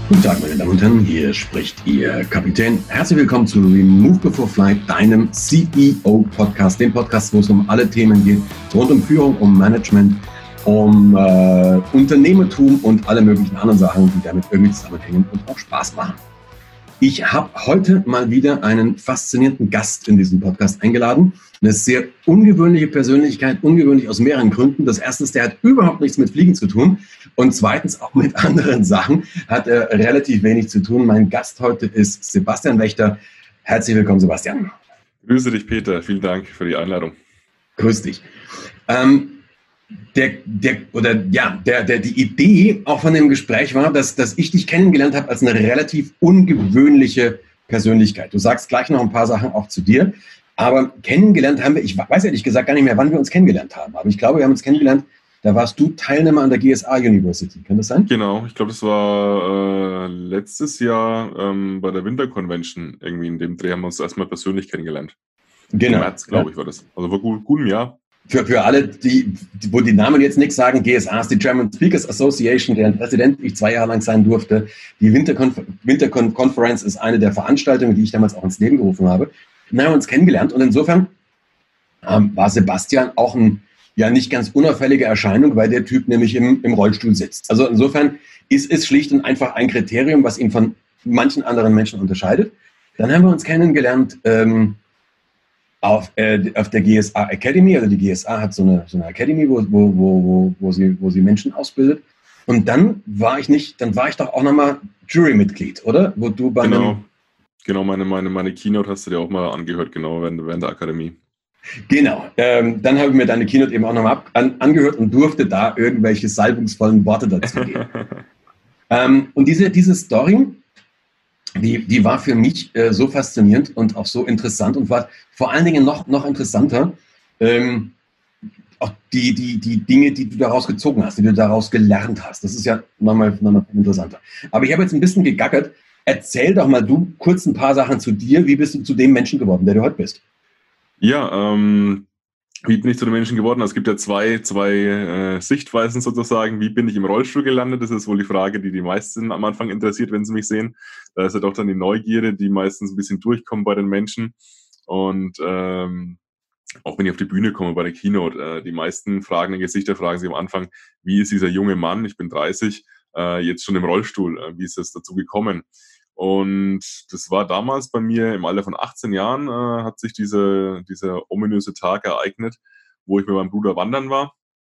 Guten Tag, meine Damen und Herren, hier spricht Ihr Kapitän. Herzlich willkommen zu Remove Before Flight, deinem CEO-Podcast, dem Podcast, wo es um alle Themen geht, rund um Führung, um Management, um Unternehmertum und alle möglichen anderen Sachen, die damit irgendwie zusammenhängen und auch Spaß machen. Ich habe heute mal wieder einen faszinierenden Gast in diesen Podcast eingeladen. Eine sehr ungewöhnliche Persönlichkeit, ungewöhnlich aus mehreren Gründen. Das erste ist, der hat überhaupt nichts mit Fliegen zu tun. Und zweitens auch mit anderen Sachen hat er relativ wenig zu tun. Mein Gast heute ist Sebastian Wächter. Herzlich willkommen, Sebastian. Grüße dich, Peter. Vielen Dank für die Einladung. Grüß dich. Die Idee auch von dem Gespräch war, dass ich dich kennengelernt habe als eine relativ ungewöhnliche Persönlichkeit. Du sagst gleich noch ein paar Sachen auch zu dir, aber kennengelernt haben wir, ich weiß ehrlich gesagt gar nicht mehr, wann wir uns kennengelernt haben, aber ich glaube, wir haben uns kennengelernt, da warst du Teilnehmer an der GSA University, kann das sein? Genau, ich glaube, das war letztes Jahr bei der Winter Convention, irgendwie in dem Dreh haben wir uns erstmal persönlich kennengelernt. Genau. Im März, glaube ich, war das. Also vor gutem Jahr. Für alle, wo die Namen jetzt nichts sagen, GSA ist die German Speakers Association, deren Präsident ich 2 Jahre lang sein durfte. Die Winter Conference ist eine der Veranstaltungen, die ich damals auch ins Leben gerufen habe. Dann haben wir uns kennengelernt und insofern war Sebastian auch ein nicht ganz unauffällige Erscheinung, weil der Typ nämlich im Rollstuhl sitzt. Also insofern ist es schlicht und einfach ein Kriterium, was ihn von manchen anderen Menschen unterscheidet. Dann haben wir uns kennengelernt auf der GSA Academy. Also die GSA hat so eine Academy, wo sie Menschen ausbildet. Und dann war ich doch auch nochmal Jurymitglied, oder? Wo du bei Genau, meine Keynote hast du dir auch mal angehört, genau, während der Akademie. Genau, dann habe ich mir deine Keynote eben auch nochmal angehört und durfte da irgendwelche salbungsvollen Worte dazu geben. Und diese Story, die war für mich so faszinierend und auch so interessant und war vor allen Dingen noch interessanter, auch die Dinge, die du daraus gezogen hast, die du daraus gelernt hast. Das ist ja nochmal interessanter. Aber ich habe jetzt ein bisschen gegackert. Erzähl doch mal du kurz ein paar Sachen zu dir. Wie bist du zu dem Menschen geworden, der du heute bist? Ja, wie bin ich zu den Menschen geworden? Es gibt ja zwei Sichtweisen sozusagen. Wie bin ich im Rollstuhl gelandet? Das ist wohl die Frage, die meisten am Anfang interessiert, wenn sie mich sehen. Da ist ja doch dann die Neugierde, die meistens ein bisschen durchkommt bei den Menschen. Und auch wenn ich auf die Bühne komme bei der Keynote, die meisten fragenden Gesichter fragen sich am Anfang, wie ist dieser junge Mann, ich bin 30, jetzt schon im Rollstuhl? Wie ist es dazu gekommen? Und das war damals bei mir im Alter von 18 Jahren, hat sich dieser ominöse Tag ereignet, wo ich mit meinem Bruder wandern war.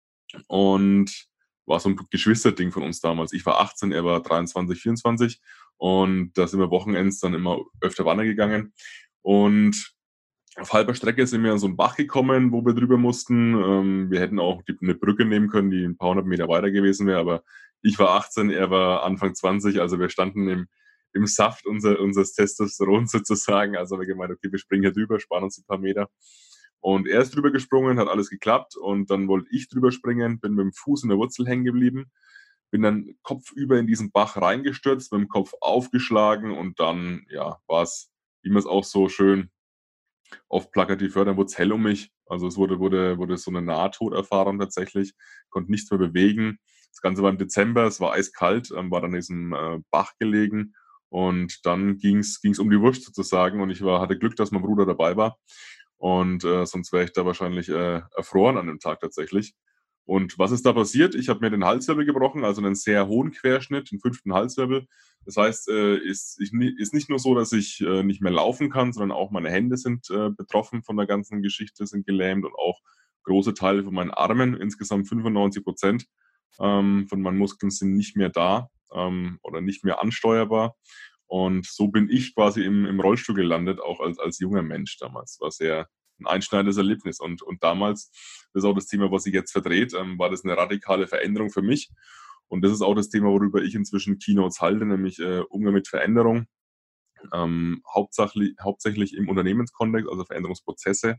Und war so ein Geschwisterding von uns damals. Ich war 18, er war 23, 24. Und da sind wir wochenends dann immer öfter wandern gegangen. Und auf halber Strecke sind wir an so einen Bach gekommen, wo wir drüber mussten. Wir hätten auch eine Brücke nehmen können, die ein paar hundert Meter weiter gewesen wäre. Aber ich war 18, er war Anfang 20. Also wir standen im Saft unseres Testosterons sozusagen. Also haben wir gemeint, okay, wir springen hier drüber, sparen uns ein paar Meter. Und er ist drüber gesprungen, hat alles geklappt. Und dann wollte ich drüber springen, bin mit dem Fuß in der Wurzel hängen geblieben, bin dann kopfüber in diesen Bach reingestürzt, mit dem Kopf aufgeschlagen und dann, ja, war es, wie man es auch so schön oft plakativ hört, dann wurde es hell um mich. Also es wurde so eine Nahtoderfahrung tatsächlich, konnte nichts mehr bewegen. Das Ganze war im Dezember, es war eiskalt, war dann in diesem Bach gelegen. Und dann ging's um die Wurst sozusagen und ich hatte Glück, dass mein Bruder dabei war und sonst wäre ich da wahrscheinlich erfroren an dem Tag tatsächlich. Und was ist da passiert? Ich habe mir den Halswirbel gebrochen, also einen sehr hohen Querschnitt, den 5. Halswirbel. Das heißt, ist nicht nur so, dass ich nicht mehr laufen kann, sondern auch meine Hände sind betroffen von der ganzen Geschichte, sind gelähmt und auch große Teile von meinen Armen, insgesamt 95% von meinen Muskeln sind nicht mehr da oder nicht mehr ansteuerbar. Und so bin ich quasi im Rollstuhl gelandet, auch als junger Mensch damals. War sehr ein einschneidendes Erlebnis. Und damals, das ist auch das Thema, was sich jetzt verdreht, war das eine radikale Veränderung für mich. Und das ist auch das Thema, worüber ich inzwischen Keynotes halte, nämlich Umgang mit Veränderung. Hauptsächlich im Unternehmenskontext, also Veränderungsprozesse.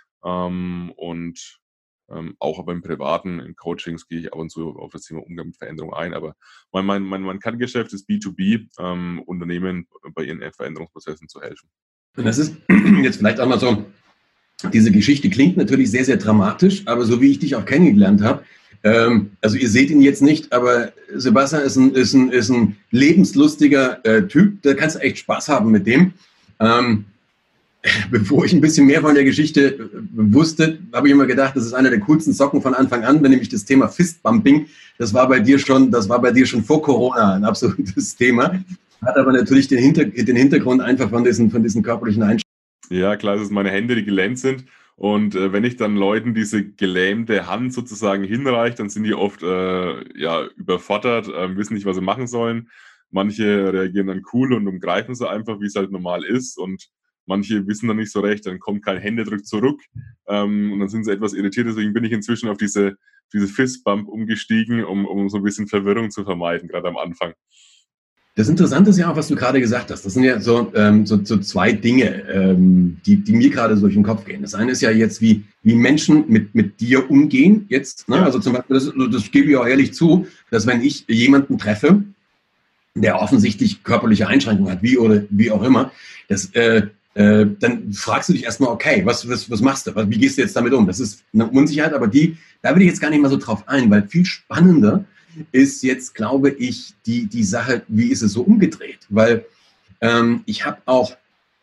Auch aber im Privaten, in Coachings gehe ich ab und zu auf das Thema Umgang mit Veränderung ein. Aber mein Kerngeschäft ist B2B, Unternehmen bei ihren Veränderungsprozessen zu helfen. Und das ist jetzt vielleicht auch mal so, diese Geschichte klingt natürlich sehr, sehr dramatisch, aber so wie ich dich auch kennengelernt habe, Also ihr seht ihn jetzt nicht, aber Sebastian ist ein lebenslustiger Typ. Da kannst du echt Spaß haben mit dem. Bevor ich ein bisschen mehr von der Geschichte wusste, habe ich immer gedacht, das ist einer der coolsten Socken von Anfang an, wenn nämlich das Thema Fistbumping, das war bei dir schon vor Corona ein absolutes Thema. Hat aber natürlich den Hintergrund einfach von diesen körperlichen Einstellungen. Ja, klar, es ist meine Hände, die gelähmt sind. Und wenn ich dann Leuten diese gelähmte Hand sozusagen hinreiche, dann sind die oft ja, überfordert, wissen nicht, was sie machen sollen. Manche reagieren dann cool und umgreifen sie einfach, wie es halt normal ist. Und manche wissen dann nicht so recht, dann kommt kein Händedruck zurück. Und dann sind sie etwas irritiert. Deswegen bin ich inzwischen auf diese Fistbump umgestiegen, um so ein bisschen Verwirrung zu vermeiden, gerade am Anfang. Das Interessante ist ja auch, was du gerade gesagt hast. Das sind ja so zwei Dinge, die mir gerade so durch den Kopf gehen. Das eine ist ja jetzt, wie Menschen mit dir umgehen jetzt. Ne? Ja. Also zum Beispiel, das gebe ich auch ehrlich zu, dass wenn ich jemanden treffe, der offensichtlich körperliche Einschränkungen hat, wie auch immer, dann fragst du dich erstmal, okay, was machst du? Wie gehst du jetzt damit um? Das ist eine Unsicherheit, aber da will ich jetzt gar nicht mal so drauf ein, weil viel spannender ist jetzt, glaube ich, die Sache, wie ist es so umgedreht? Weil ich habe auch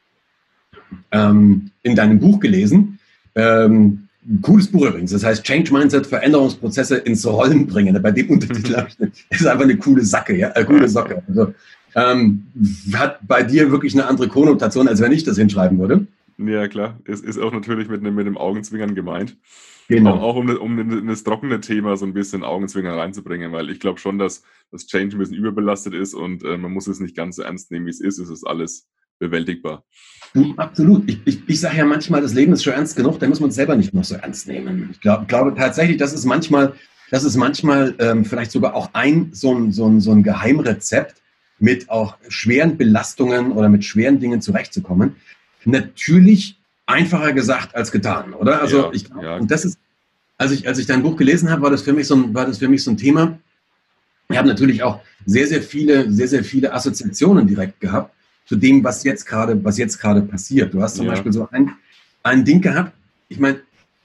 in deinem Buch gelesen, ein cooles Buch übrigens, das heißt Change Mindset, Veränderungsprozesse ins Rollen bringen. Bei dem Untertitel habe ich, ist einfach eine coole Sacke, ja, coole Socke. Also, hat bei dir wirklich eine andere Konnotation, als wenn ich das hinschreiben würde. Ja, klar. Es ist auch natürlich mit dem Augenzwinkern gemeint. Genau. Auch um das trockene Thema so ein bisschen Augenzwinkern reinzubringen, weil ich glaube schon, dass das Change ein bisschen überbelastet ist und man muss es nicht ganz so ernst nehmen, wie es ist. Es ist alles bewältigbar. Absolut. Ich sage ja manchmal, das Leben ist schon ernst genug, da muss man es selber nicht noch so ernst nehmen. Ich glaube tatsächlich, das ist manchmal vielleicht sogar auch so ein Geheimrezept, mit auch schweren Belastungen oder mit schweren Dingen zurechtzukommen. Natürlich einfacher gesagt als getan, oder? Also ja. Und das ist, als ich dein Buch gelesen habe, war das für mich so ein Thema. Ich habe natürlich auch sehr, sehr viele Assoziationen direkt gehabt zu dem, was jetzt gerade passiert. Du hast zum Beispiel so ein Ding gehabt. Ich meine,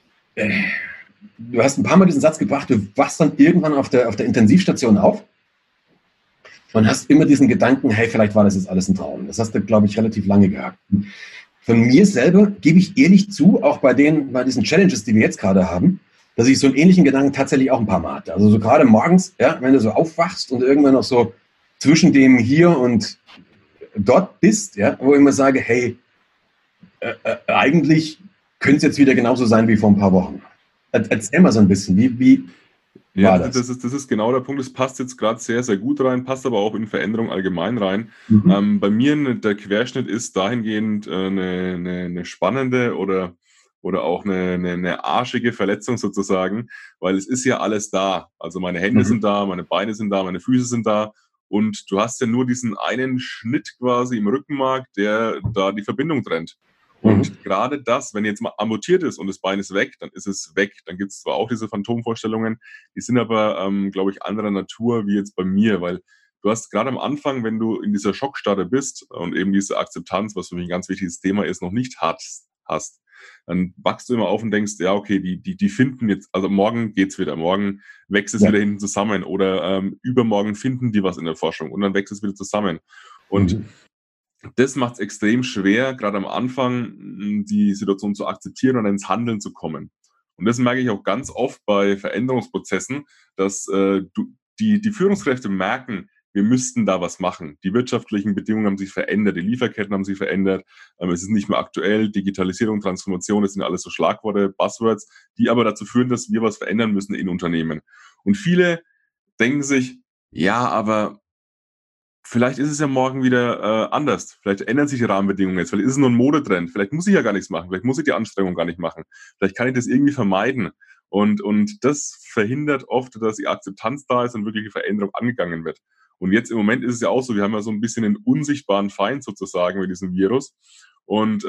du hast ein paar Mal diesen Satz gebracht, du wachst dann irgendwann auf der Intensivstation auf und hast immer diesen Gedanken, hey, vielleicht war das jetzt alles ein Traum. Das hast du, glaube ich, relativ lange gehabt. Von mir selber gebe ich ehrlich zu, auch bei diesen Challenges, die wir jetzt gerade haben, dass ich so einen ähnlichen Gedanken tatsächlich auch ein paar Mal hatte. Also so gerade morgens, ja, wenn du so aufwachst und irgendwann noch so zwischen dem hier und dort bist, ja, wo ich immer sage, hey, eigentlich könnte es jetzt wieder genauso sein wie vor ein paar Wochen. Erzähl mal so ein bisschen, wie ja, das ist genau der Punkt. Es passt jetzt gerade sehr, sehr gut rein, passt aber auch in Veränderung allgemein rein. Bei mir der Querschnitt ist dahingehend eine spannende oder auch eine arschige Verletzung sozusagen, weil es ist ja alles da. Also meine Hände sind da, meine Beine sind da, meine Füße sind da und du hast ja nur diesen einen Schnitt quasi im Rückenmark, der da die Verbindung trennt. Und gerade das, wenn jetzt mal amputiert ist und das Bein ist weg, dann ist es weg. Dann gibt es zwar auch diese Phantomvorstellungen, die sind aber, glaube ich, anderer Natur wie jetzt bei mir, weil du hast gerade am Anfang, wenn du in dieser Schockstarre bist und eben diese Akzeptanz, was für mich ein ganz wichtiges Thema ist, noch nicht hast, dann wachst du immer auf und denkst, ja, okay, die finden jetzt, also morgen geht's wieder, morgen wächst es wieder hinten zusammen oder übermorgen finden die was in der Forschung und dann wächst es wieder zusammen. Und das macht es extrem schwer, gerade am Anfang die Situation zu akzeptieren und ins Handeln zu kommen. Und das merke ich auch ganz oft bei Veränderungsprozessen, dass die Führungskräfte merken, wir müssten da was machen. Die wirtschaftlichen Bedingungen haben sich verändert, die Lieferketten haben sich verändert, es ist nicht mehr aktuell, Digitalisierung, Transformation, das sind alles so Schlagworte, Buzzwords, die aber dazu führen, dass wir was verändern müssen in Unternehmen. Und viele denken sich, ja, aber vielleicht ist es ja morgen wieder anders. Vielleicht ändern sich die Rahmenbedingungen jetzt. Vielleicht ist es nur ein Modetrend. Vielleicht muss ich ja gar nichts machen. Vielleicht muss ich die Anstrengung gar nicht machen. Vielleicht kann ich das irgendwie vermeiden. Und das verhindert oft, dass die Akzeptanz da ist und wirklich die Veränderung angegangen wird. Und jetzt im Moment ist es ja auch so, wir haben ja so ein bisschen einen unsichtbaren Feind sozusagen mit diesem Virus. Und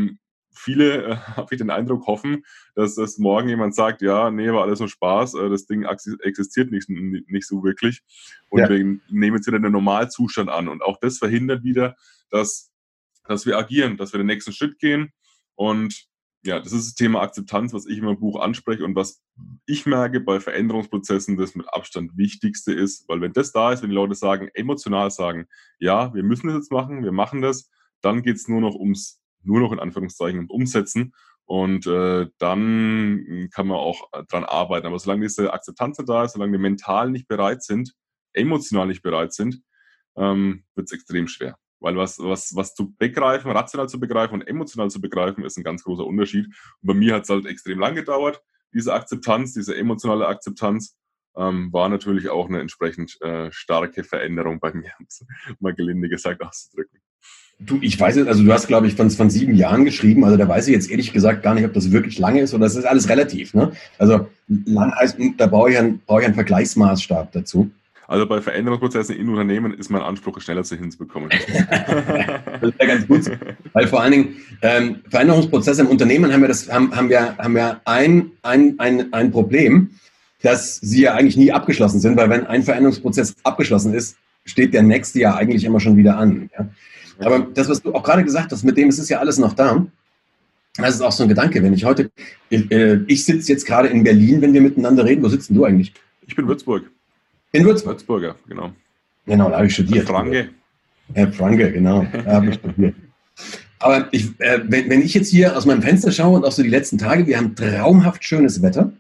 viele, habe ich den Eindruck, hoffen, dass das morgen jemand sagt, ja, nee, war alles nur Spaß, das Ding existiert nicht so wirklich und wir nehmen jetzt wieder den Normalzustand an. Und auch das verhindert wieder, dass wir agieren, dass wir den nächsten Schritt gehen und Ja, das ist das Thema Akzeptanz, was ich in meinem Buch anspreche und was ich merke bei Veränderungsprozessen, das mit Abstand Wichtigste ist, weil wenn das da ist, wenn die Leute sagen, emotional sagen, ja, wir müssen das jetzt machen, wir machen das, dann geht's nur noch in Anführungszeichen ums Umsetzen und dann kann man auch dran arbeiten. Aber solange diese Akzeptanz nicht da ist, solange wir mental nicht bereit sind, emotional nicht bereit sind, wird's extrem schwer. Weil was zu begreifen, rational zu begreifen und emotional zu begreifen, ist ein ganz großer Unterschied. Und bei mir hat es halt extrem lang gedauert, diese Akzeptanz, diese emotionale Akzeptanz, war natürlich auch eine entsprechend starke Veränderung bei mir, um es mal gelinde gesagt auszudrücken. Du, ich weiß jetzt, also du hast, glaube ich, von 7 Jahren geschrieben, also da weiß ich jetzt ehrlich gesagt gar nicht, ob das wirklich lange ist oder das ist alles relativ, ne? Also lang heißt, da brauche ich einen Vergleichsmaßstab dazu. Also bei Veränderungsprozessen in Unternehmen ist mein Anspruch, es schneller hinzubekommen. Das ist ja ganz gut, weil vor allen Dingen Veränderungsprozesse im Unternehmen haben wir ein Problem, dass sie ja eigentlich nie abgeschlossen sind, weil wenn ein Veränderungsprozess abgeschlossen ist, steht der nächste ja eigentlich immer schon wieder an. Ja? Aber das, was du auch gerade gesagt hast, mit dem ist es ja alles noch da. Das ist auch so ein Gedanke, wenn ich sitze jetzt gerade in Berlin, wenn wir miteinander reden. Wo sitzt denn du eigentlich? Ich bin Würzburg. In Würzburg? Würzburger, genau. Genau, da habe ich studiert. Herr Franke, genau, da habe ich studiert. Aber wenn ich jetzt hier aus meinem Fenster schaue und auch so die letzten Tage, wir haben traumhaft schönes Wetter.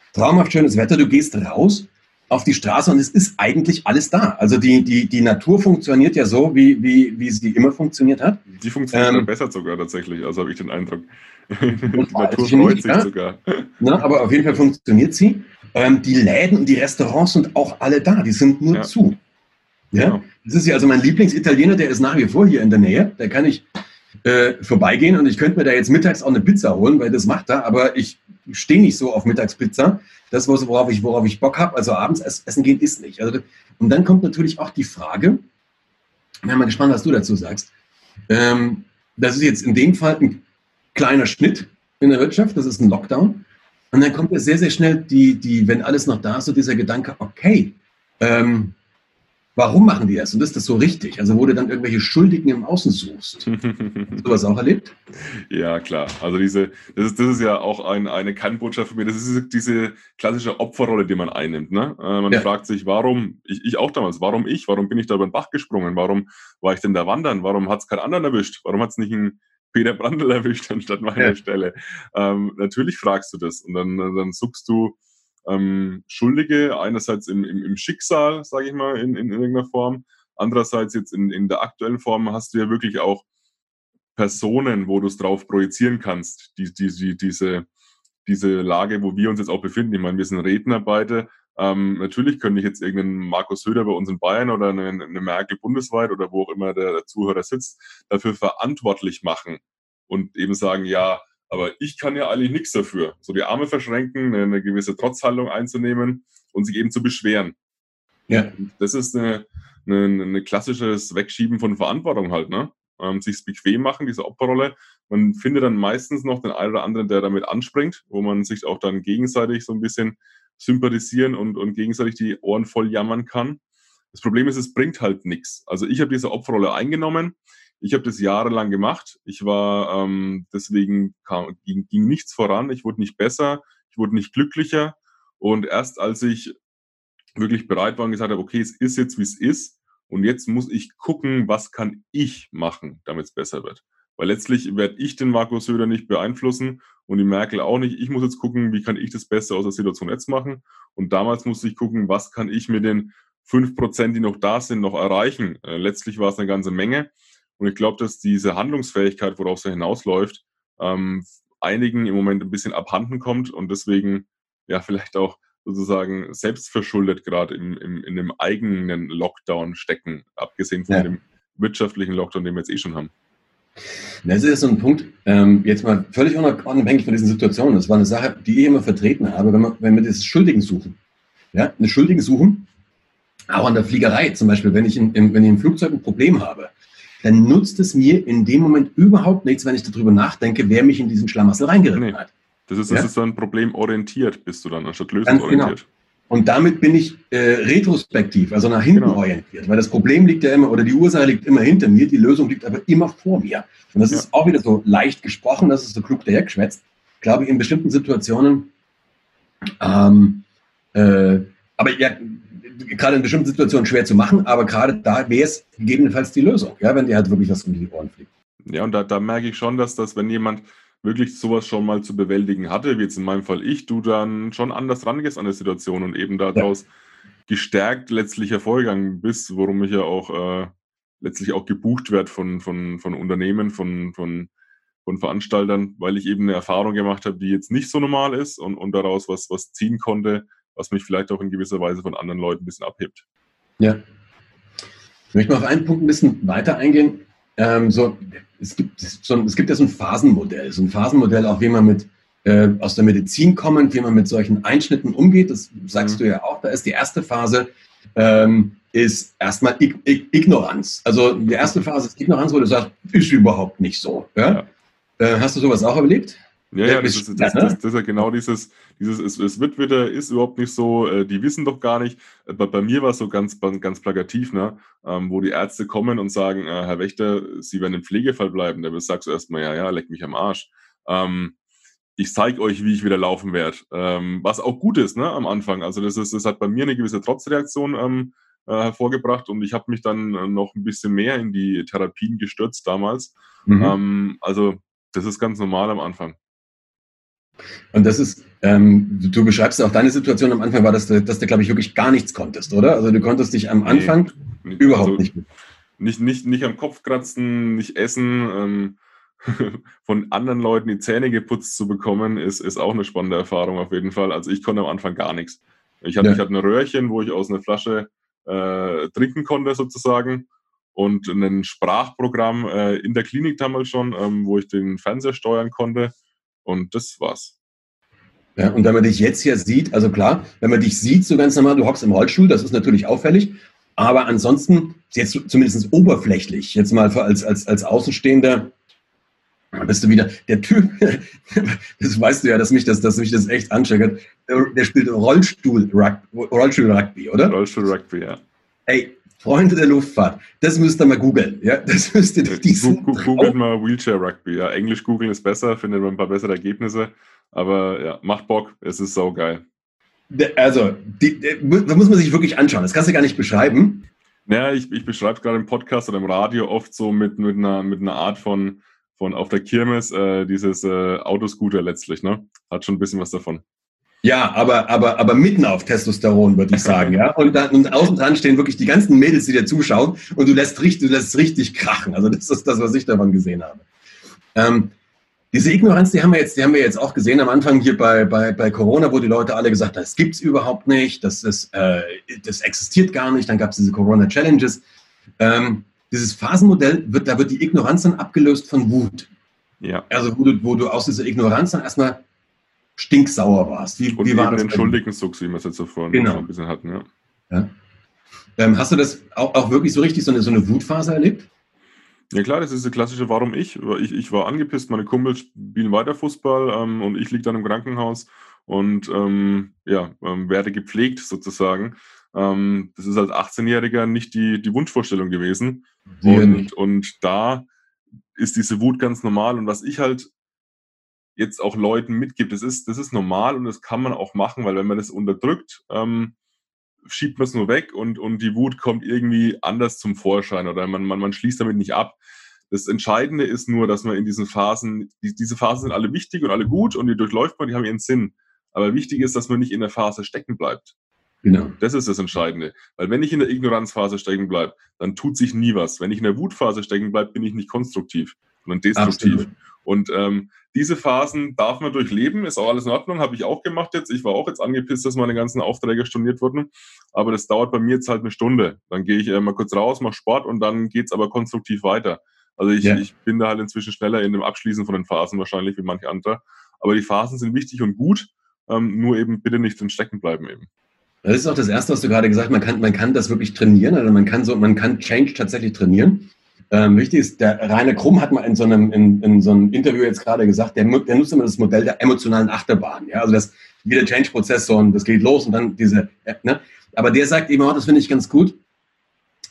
Du gehst raus auf die Straße und es ist eigentlich alles da. Also die Natur funktioniert ja so, wie sie immer funktioniert hat. Die funktioniert besser sogar tatsächlich, also habe ich den Eindruck. Die Natur freut sich sogar. Na, aber auf jeden Fall funktioniert sie. Die Läden und die Restaurants sind auch alle da, die sind nur zu. Ja? Genau. Das ist ja also mein Lieblingsitaliener, der ist nach wie vor hier in der Nähe. Da kann ich vorbeigehen und ich könnte mir da jetzt mittags auch eine Pizza holen, weil das macht er, aber ich stehe nicht so auf Mittagspizza. Das, worauf ich Bock habe, also abends essen gehen, ist nicht. Also, und dann kommt natürlich auch die Frage, ich bin mal gespannt, was du dazu sagst. Das ist jetzt in dem Fall ein kleiner Schnitt in der Wirtschaft, das ist ein Lockdown. Und dann kommt ja sehr, sehr schnell wenn alles noch da ist, so dieser Gedanke, okay, warum machen die das? Und ist das so richtig? Also wo du dann irgendwelche Schuldigen im Außen suchst. Hast du was auch erlebt? Ja, klar. Also das ist ja auch eine Kernbotschaft für mich. Das ist diese klassische Opferrolle, die man einnimmt. Ne? Man fragt sich, warum, ich auch damals, warum ich? Warum bin ich da über den Bach gesprungen? Warum war ich denn da wandern? Warum hat es keinen anderen erwischt? Warum hat es nicht einen Peter Brandl erwischt anstatt meiner Stelle? Natürlich fragst du das und dann suchst du Schuldige, einerseits im Schicksal, sage ich mal, in irgendeiner Form, andererseits jetzt in der aktuellen Form hast du ja wirklich auch Personen, wo du es drauf projizieren kannst, diese Lage, wo wir uns jetzt auch befinden. Ich meine, wir sind Redner beide. Natürlich könnte ich jetzt irgendeinen Markus Söder bei uns in Bayern oder eine Merkel bundesweit oder wo auch immer der Zuhörer sitzt, dafür verantwortlich machen und eben sagen, ja, aber ich kann ja eigentlich nichts dafür. So die Arme verschränken, eine gewisse Trotzhaltung einzunehmen und sich eben zu beschweren. Ja. Das ist ein klassisches Wegschieben von Verantwortung halt, ne? Sich's bequem machen, diese Opferrolle. Man findet dann meistens noch den einen oder anderen, der damit anspringt, wo man sich auch dann gegenseitig so ein bisschen sympathisieren und gegenseitig die Ohren voll jammern kann. Das Problem ist, es bringt halt nichts. Also ich habe diese Opferrolle eingenommen. Ich habe das jahrelang gemacht. Ich war, deswegen ging nichts voran. Ich wurde nicht besser. Ich wurde nicht glücklicher. Und erst als ich wirklich bereit war und gesagt habe, okay, es ist jetzt, wie es ist. Und jetzt muss ich gucken, was kann ich machen, damit es besser wird. Weil letztlich werde ich den Markus Söder nicht beeinflussen und die Merkel auch nicht. Ich muss jetzt gucken, wie kann ich das Beste aus der Situation jetzt machen. Und damals musste ich gucken, was kann ich mit den 5%, die noch da sind, noch erreichen. Letztlich war es eine ganze Menge. Und ich glaube, dass diese Handlungsfähigkeit, worauf es hinausläuft, einigen im Moment ein bisschen abhanden kommt und deswegen ja vielleicht auch sozusagen selbstverschuldet gerade in dem eigenen Lockdown stecken, abgesehen von dem wirtschaftlichen Lockdown, den wir jetzt schon haben. Das ist so ein Punkt, jetzt mal völlig unabhängig von diesen Situationen. Das war eine Sache, die ich immer vertreten habe, wenn wir das Schuldigen suchen. Ja, eine Schuldigen suchen, auch an der Fliegerei zum Beispiel, wenn ich im Flugzeug ein Problem habe, dann nutzt es mir in dem Moment überhaupt nichts, wenn ich darüber nachdenke, wer mich in diesen Schlamassel reingeritten hat. Das ist dann problemorientiert, bist du dann, anstatt lösungsorientiert. Genau. Und damit bin ich retrospektiv, also nach hinten orientiert, weil das Problem liegt ja immer, oder die Ursache liegt immer hinter mir, die Lösung liegt aber immer vor mir. Und das ist auch wieder so leicht gesprochen, das ist so klug dahergeschwätzt. glaube ich, in bestimmten Situationen, aber ja, gerade in bestimmten Situationen schwer zu machen, aber gerade da wäre es gegebenenfalls die Lösung, ja, wenn dir halt wirklich was um die Ohren fliegt. Ja, und da merke ich schon, dass wenn jemand wirklich sowas schon mal zu bewältigen hatte, wie jetzt in meinem Fall ich, du dann schon anders rangehst an der Situation und eben Ja. daraus gestärkt letztlich hervorgegangen bist, worum ich ja auch letztlich auch gebucht werde von Unternehmen, von Veranstaltern, weil ich eben eine Erfahrung gemacht habe, die jetzt nicht so normal ist und daraus was ziehen konnte, was mich vielleicht auch in gewisser Weise von anderen Leuten ein bisschen abhebt. Ja. Ich möchte mal auf einen Punkt ein bisschen weiter eingehen. Es gibt ja so ein Phasenmodell auch, wie man mit aus der Medizin kommend, wie man mit solchen Einschnitten umgeht. Das sagst du ja auch. Da ist die erste Phase ist erstmal Ignoranz. Also die erste Phase ist Ignoranz, wo du sagst, ist überhaupt nicht so. Ja? Hast du sowas auch erlebt? Ja, das ist ja genau dieses es wird wieder, ist überhaupt nicht so, die wissen doch gar nicht. Bei mir war es so ganz plakativ, ne? Wo die Ärzte kommen und sagen, Herr Wächter, Sie werden im Pflegefall bleiben. Da sagst du erstmal, ja, leck mich am Arsch. Ich zeige euch, wie ich wieder laufen werde. Was auch gut ist, ne, am Anfang. Also das hat bei mir eine gewisse Trotzreaktion hervorgebracht und ich habe mich dann noch ein bisschen mehr in die Therapien gestürzt damals. Also das ist ganz normal am Anfang. Und das ist, du beschreibst auch deine Situation am Anfang, war, dass du, glaube ich, wirklich gar nichts konntest, oder? Also du konntest dich am Anfang überhaupt nicht. Nicht am Kopf kratzen, nicht essen, von anderen Leuten die Zähne geputzt zu bekommen, ist auch eine spannende Erfahrung auf jeden Fall. Also ich konnte am Anfang gar nichts. Ich hatte ein Röhrchen, wo ich aus einer Flasche trinken konnte sozusagen und ein Sprachprogramm in der Klinik damals schon, wo ich den Fernseher steuern konnte und das war's. Ja, und wenn man dich jetzt hier sieht, also klar, wenn man dich sieht, so ganz normal, du hockst im Rollstuhl, das ist natürlich auffällig, aber ansonsten, jetzt zumindest oberflächlich, jetzt mal als Außenstehender, bist du wieder der Typ, das weißt du ja, dass mich das echt ansteckert, der spielt Rollstuhl-Rugby, oder? Rollstuhl-Rugby, ja. Ey, Freunde der Luftfahrt, das müsst ihr mal googeln, ja, das müsst ihr googelt mal Wheelchair-Rugby, ja, Englisch googeln ist besser, findet man ein paar bessere Ergebnisse, aber ja, macht Bock, es ist saugeil. Also, da muss man sich wirklich anschauen, das kannst du gar nicht beschreiben. Naja, ich beschreibe es gerade im Podcast oder im Radio oft so mit einer Art von auf der Kirmes, dieses Autoscooter letztlich, ne? Hat schon ein bisschen was davon. Ja, aber mitten auf Testosteron, würde ich sagen, ja. Und außen dran stehen wirklich die ganzen Mädels, die dir zuschauen und du lässt richtig krachen. Also das ist das, was ich davon gesehen habe. Diese Ignoranz, die haben wir jetzt auch gesehen am Anfang hier bei Corona, wo die Leute alle gesagt haben, das gibt's überhaupt nicht, das existiert gar nicht. Dann gab es diese Corona-Challenges. Dieses Phasenmodell, da wird die Ignoranz dann abgelöst von Wut. Ja. Also wo du aus dieser Ignoranz dann erstmal stinksauer warst. Wie war das? Den Schuldigenzugs, wie wir es jetzt so vorhin ein bisschen hatten, ja. Hast du das auch wirklich so richtig, so eine Wutphase erlebt? Ja klar, das ist eine klassische Warum ich. Ich war angepisst, meine Kumpels spielen weiter Fußball und ich liege dann im Krankenhaus und werde gepflegt sozusagen. Das ist als 18-Jähriger nicht die Wunschvorstellung gewesen. Und da ist diese Wut ganz normal. Und was ich halt jetzt auch Leuten mitgibt, das ist normal und das kann man auch machen, weil wenn man das unterdrückt, schiebt man es nur weg und die Wut kommt irgendwie anders zum Vorschein oder man schließt damit nicht ab. Das Entscheidende ist nur, dass man in diesen Phasen, diese Phasen sind alle wichtig und alle gut und die durchläuft man, die haben ihren Sinn. Aber wichtig ist, dass man nicht in der Phase stecken bleibt. Genau. Das ist das Entscheidende. Weil wenn ich in der Ignoranzphase stecken bleibe, dann tut sich nie was. Wenn ich in der Wutphase stecken bleibe, bin ich nicht konstruktiv, sondern destruktiv. Absolut. Und diese Phasen darf man durchleben, ist auch alles in Ordnung, habe ich auch gemacht jetzt. Ich war auch jetzt angepisst, dass meine ganzen Aufträge storniert wurden, aber das dauert bei mir jetzt halt eine Stunde. Dann gehe ich mal kurz raus, mache Sport und dann geht es aber konstruktiv weiter. Also ich bin da halt inzwischen schneller in dem Abschließen von den Phasen wahrscheinlich wie manche andere. Aber die Phasen sind wichtig und gut, nur eben bitte nicht drin stecken bleiben eben. Das ist auch das Erste, was du gerade gesagt hast, man kann das wirklich trainieren, also man kann Change tatsächlich trainieren. Wichtig ist, der Rainer Krumm hat mal in so einem Interview jetzt gerade gesagt, der nutzt immer das Modell der emotionalen Achterbahn. Ja? Also wie der Change-Prozess, das geht los und dann aber der sagt eben auch, das finde ich ganz gut,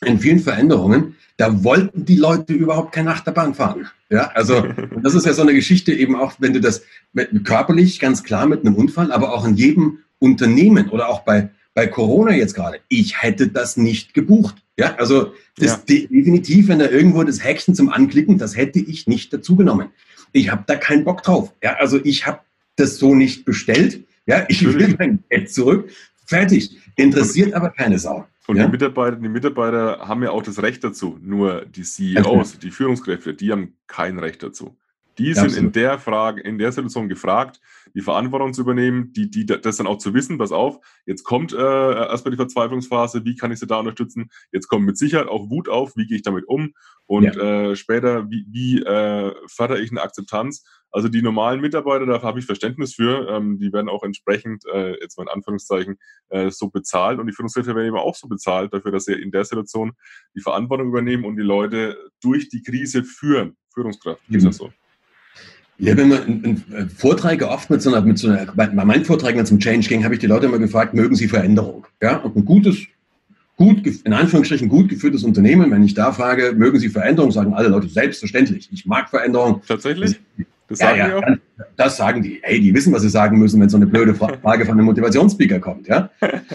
in vielen Veränderungen, da wollten die Leute überhaupt keine Achterbahn fahren. Ja, also, und das ist ja so eine Geschichte eben auch, wenn du das körperlich ganz klar mit einem Unfall, aber auch in jedem Unternehmen oder auch bei Corona jetzt gerade, ich hätte das nicht gebucht. Ja, also das definitiv, wenn da irgendwo das Häkchen zum Anklicken, das hätte ich nicht dazu genommen. Ich habe da keinen Bock drauf. Ja, also ich habe das so nicht bestellt. Ja, ich will mein Geld zurück. Fertig. Interessiert aber keine Sau. Und die Mitarbeiter haben ja auch das Recht dazu. Nur die CEOs, die Führungskräfte, die haben kein Recht dazu. Die sind in der Situation gefragt, die Verantwortung zu übernehmen, die das dann auch zu wissen, pass auf, jetzt kommt erstmal die Verzweiflungsphase, wie kann ich sie da unterstützen? Jetzt kommt mit Sicherheit auch Wut auf, wie gehe ich damit um? Und später, wie fördere ich eine Akzeptanz? Also die normalen Mitarbeiter, da habe ich Verständnis für, die werden auch entsprechend, jetzt mal in Anführungszeichen, so bezahlt und die Führungskräfte werden eben auch so bezahlt dafür, dass sie in der Situation die Verantwortung übernehmen und die Leute durch die Krise führen. Führungskraft, ist das so? Ich habe immer einen Vortrag oft bei meinen Vorträgen, wenn es um Change ging, habe ich die Leute immer gefragt, mögen sie Veränderung? Ja, und in Anführungsstrichen gut geführtes Unternehmen, wenn ich da frage, mögen sie Veränderung, sagen alle Leute selbstverständlich. Ich mag Veränderung. Tatsächlich? Das sagen die auch? Das sagen die. Hey, die wissen, was sie sagen müssen, wenn so eine blöde Frage von einem Motivationsspeaker kommt. Ja?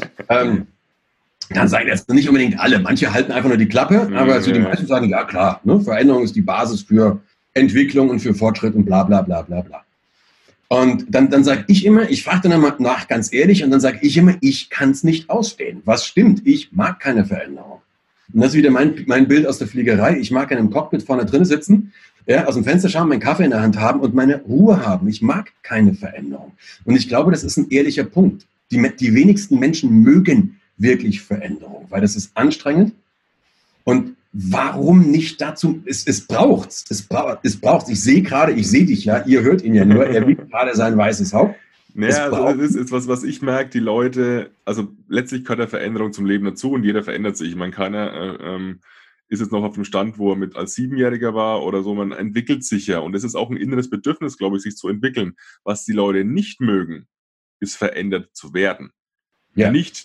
Dann sagen jetzt nicht unbedingt alle. Manche halten einfach nur die Klappe, aber die meisten sagen, ja klar, ne, Veränderung ist die Basis für Entwicklung und für Fortschritt und bla bla bla bla bla. Und dann sage ich immer, ich frage dann immer nach ganz ehrlich und dann sage ich immer, ich kann es nicht ausstehen. Was stimmt? Ich mag keine Veränderung. Und das ist wieder mein Bild aus der Fliegerei. Ich mag in einem Cockpit vorne drin sitzen, ja, aus dem Fenster schauen, meinen Kaffee in der Hand haben und meine Ruhe haben. Ich mag keine Veränderung. Und ich glaube, das ist ein ehrlicher Punkt. Die wenigsten Menschen mögen wirklich Veränderung, weil das ist anstrengend. Und warum nicht dazu? Es braucht's. Ich sehe dich ja, ihr hört ihn ja nur, er wiegt gerade sein weißes Haupt. Naja, also das ist was ich merke, die Leute, also letztlich gehört der Veränderung zum Leben dazu und jeder verändert sich. Ich meine, keiner ist jetzt noch auf dem Stand, wo er als 7-Jähriger war oder so, man entwickelt sich ja und es ist auch ein inneres Bedürfnis, glaube ich, sich zu entwickeln. Was die Leute nicht mögen, ist verändert zu werden. Ja. Nicht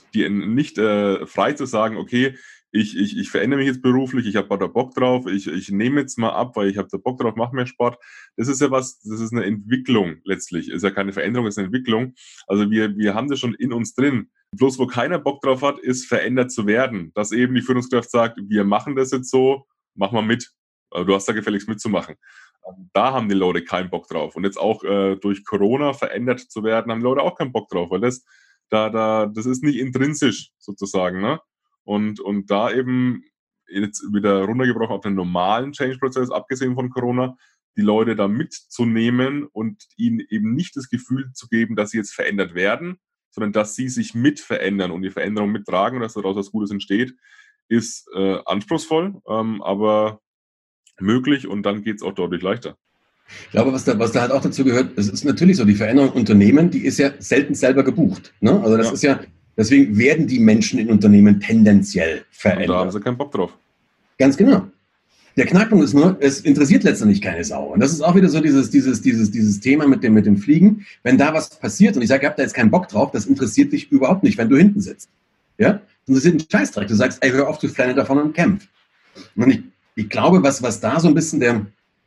frei zu sagen, okay, ich verändere mich jetzt beruflich, ich habe da Bock drauf, ich nehme jetzt mal ab, weil ich habe da Bock drauf, mache mehr Sport. Das ist ja das ist eine Entwicklung letztlich. Ist ja keine Veränderung, ist eine Entwicklung. Also wir haben das schon in uns drin. Bloß wo keiner Bock drauf hat, ist verändert zu werden. Dass eben die Führungskraft sagt, wir machen das jetzt so, mach mal mit. Also du hast da gefälligst mitzumachen. Da haben die Leute keinen Bock drauf. Und jetzt auch durch Corona verändert zu werden, haben die Leute auch keinen Bock drauf, weil das ist nicht intrinsisch sozusagen, ne? Und da eben jetzt wieder runtergebrochen auf den normalen Change-Prozess, abgesehen von Corona, die Leute da mitzunehmen und ihnen eben nicht das Gefühl zu geben, dass sie jetzt verändert werden, sondern dass sie sich mit verändern und die Veränderung mittragen und dass daraus was Gutes entsteht, ist anspruchsvoll, aber möglich und dann geht es auch deutlich leichter. Ich glaube, was da halt auch dazu gehört, es ist natürlich so, die Veränderung im Unternehmen, die ist ja selten selber gebucht. Ne? Also das ist ja, deswegen werden die Menschen in Unternehmen tendenziell verändert. Und da haben sie keinen Bock drauf. Ganz genau. Der Knackpunkt ist nur, es interessiert letztendlich keine Sau. Und das ist auch wieder so dieses Thema mit dem Fliegen. Wenn da was passiert und ich sage, ihr habt da jetzt keinen Bock drauf, das interessiert dich überhaupt nicht, wenn du hinten sitzt. Ja? Das interessiert einen Scheißdreck. Du sagst, ey, hör auf zu flennen davon und kämpf. Und ich glaube, was da so ein bisschen